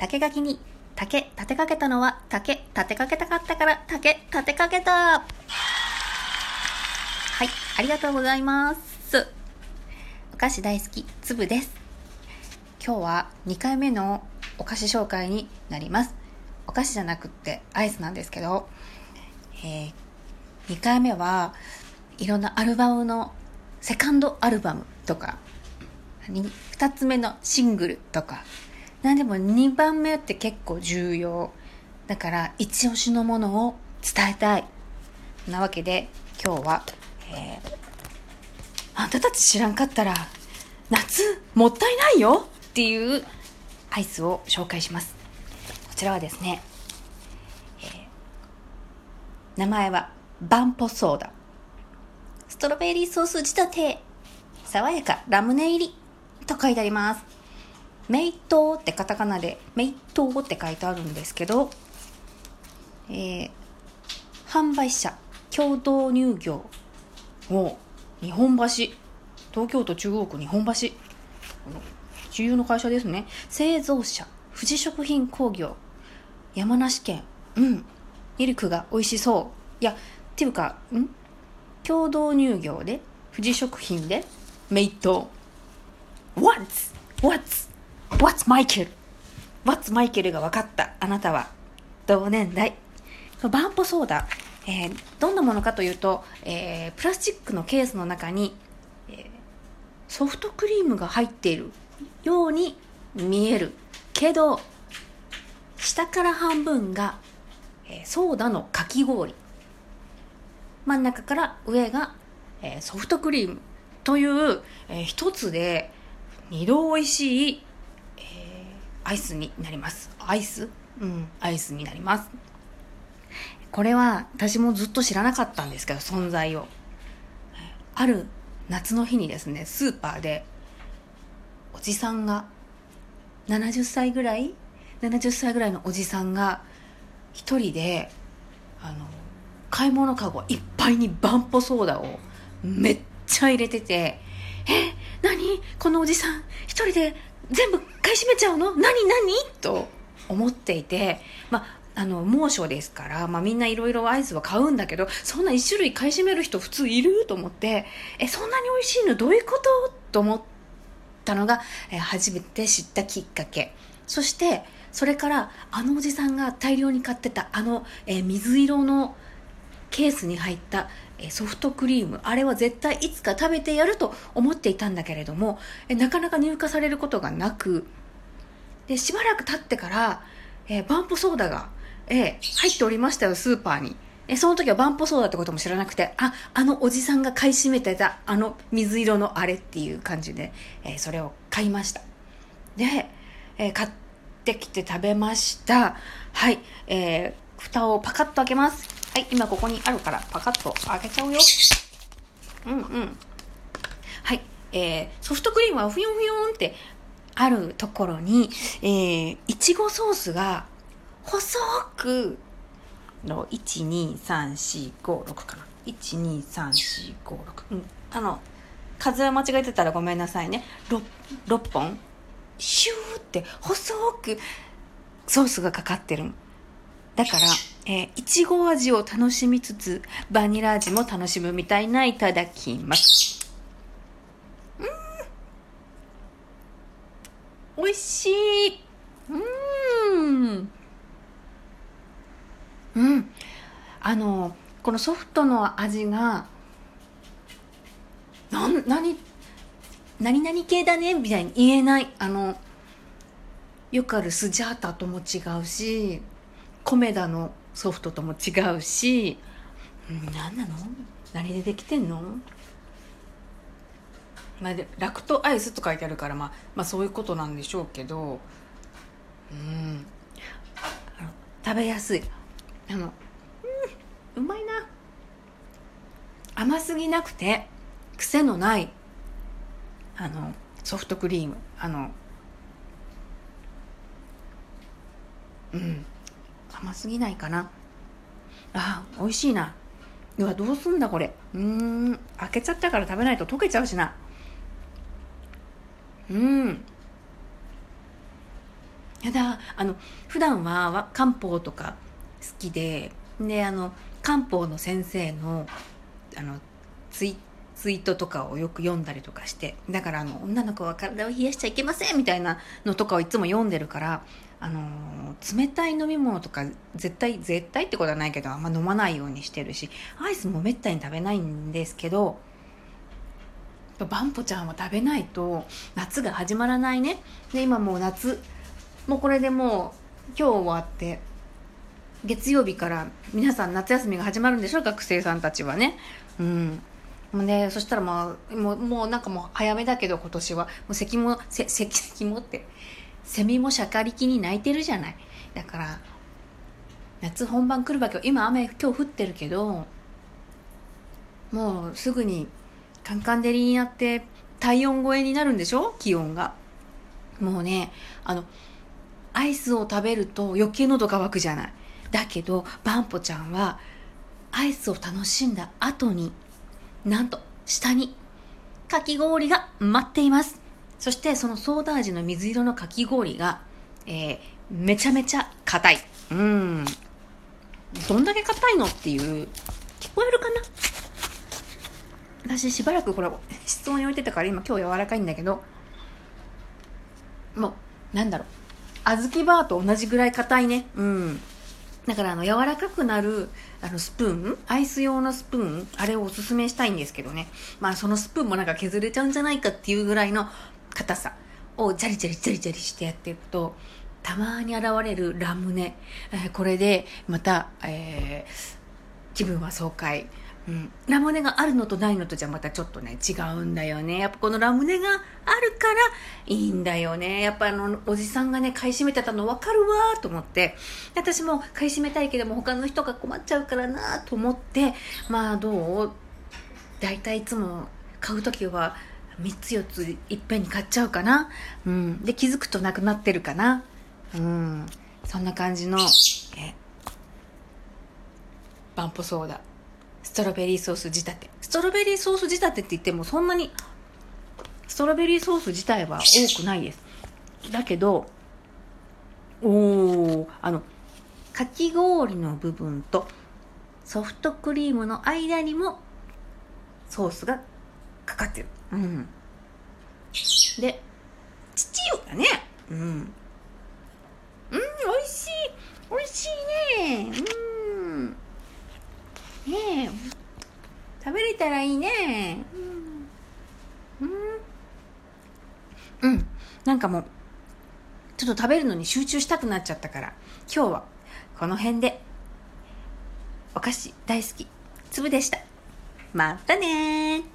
竹垣に竹立てかけたのは竹立てかけたかったから竹立てかけた。はい、ありがとうございます。お菓子大好きつぶです。今日は2回目のお菓子紹介になります。お菓子じゃなくってアイスなんですけど、2回目はいろんなアルバムのセカンドアルバムとか2つ目のシングルとか、なんでも2番目って結構重要だから一押しのものを伝えたいなわけで、今日は、あんたたち知らんかったら夏もったいないよっていうアイスを紹介します。こちらはですね、名前はバンポソーダ、ストロベリーソース仕立て、爽やかラムネ入りと書いてあります。メイトーってカタカナでメイトーって書いてあるんですけど、販売者共同乳業を日本橋、東京都中央区日本橋、主要の会社ですね。製造者富士食品工業、山梨県。ミルクが美味しそう。いやっていうか共同乳業で富士食品でメイトー。What'sマイケルが分かったあなたは同年代。バンポソーダ、どんなものかというと、プラスチックのケースの中に、ソフトクリームが入っているように見えるけど、下から半分が、ソーダのかき氷、真ん中から上が、ソフトクリームという、一つで二度おいしい、アイスになります。アイスになります。これは私もずっと知らなかったんですけど、存在を。ある夏の日にですね、スーパーでおじさんが70歳ぐらいのおじさんが一人で買い物かごいっぱいにバンポソーダをめっちゃ入れてて、何このおじさん一人で全部買い占めちゃうの？何と思っていて、猛暑ですから、みんないろいろアイスは買うんだけど、そんな一種類買い占める人普通いると思って、そんなに美味しいのどういうことと思ったのが、初めて知ったきっかけ。そしてそれからおじさんが大量に買ってた水色のケースに入ったソフトクリーム、あれは絶対いつか食べてやると思っていたんだけれども、なかなか入荷されることがなく、でしばらく経ってから、バンポソーダが、入っておりましたよ、スーパーに。その時はバンポソーダってことも知らなくて、おじさんが買い占めてた水色のあれっていう感じで、それを買いました。で、買ってきて食べました。はい、蓋をパカッと開けます。はい、今ここにあるからパカッと開けちゃうよ。はい、ソフトクリームはふよんふよんってあるところに、いちごソースが細くの12345かな、12345数を間違えてたらごめんなさいね。6本シューって細くソースがかかってる。だからいちご味を楽しみつつバニラ味も楽しむみたいな。いただきます。おいしい。このソフトの味が何々系だねみたいに言えない。よくあるスジャータとも違うし、コメダのソフトとも違うし、何なの？何でできてんの？ラクトアイスと書いてあるから、そういうことなんでしょうけど、食べやすい。うまいな。甘すぎなくて癖のないソフトクリーム。甘すぎないかな。美味しいな。うわ、どうすんだこれ。開けちゃったから食べないと溶けちゃうしな。 やだ、普段は漢方とか好きで、漢方の先生のツイートとかをよく読んだりとかして、だから女の子は体を冷やしちゃいけませんみたいなのとかをいつも読んでるから、冷たい飲み物とか絶対ってことはないけど、あんま飲まないようにしてるし、アイスもめったに食べないんですけど、バンポちゃんは食べないと夏が始まらないね。で、今もう夏、もうこれでもう今日終わって月曜日から皆さん夏休みが始まるんでしょ、学生さんたちはね。そしたらもうなんかもう早めだけど、今年はもう咳もってセミもしゃかりきに鳴いてるじゃない。だから夏本番来るわけよ。今今日降ってるけど、もうすぐにカンカン照りになって体温超えになるんでしょ、気温が。もうね、アイスを食べると余計喉が渇くじゃない。だけどバンポちゃんはアイスを楽しんだ後に、なんと下にかき氷が待っています。そしてそのソーダ味の水色のかき氷が、めちゃめちゃ硬い。どんだけ硬いのっていう、聞こえるかな。私しばらくこれ室温に置いてたから今日柔らかいんだけど、もうなんだろう、小豆バーと同じぐらい硬いね。だから柔らかくなるスプーン、アイス用のスプーン、あれをおすすめしたいんですけどね。そのスプーンもなんか削れちゃうんじゃないかっていうぐらいの硬さをジャリジャリしてやっていくと、たまに現れるラムネ、これでまた、気分は爽快。ラムネがあるのとないのとじゃまたちょっとね違うんだよね。やっぱこのラムネがあるからいいんだよね。やっぱおじさんがね買い占めてたの分かるわと思って、私も買い占めたいけども他の人が困っちゃうからなと思って、だいたいいつも買うときは3つ4ついっぺんに買っちゃうかな。で気づくとなくなってるかな。そんな感じのバンポソーダ、ストロベリーソース仕立て。ストロベリーソース仕立てって言ってもそんなにストロベリーソース自体は多くないです。だけどかき氷の部分とソフトクリームの間にもソースがかかってる。で父よだね。美味しいね。ねえ、食べれたらいいね。なんかもうちょっと食べるのに集中したくなっちゃったから、今日はこの辺で。お菓子大好きつぶでした。またね。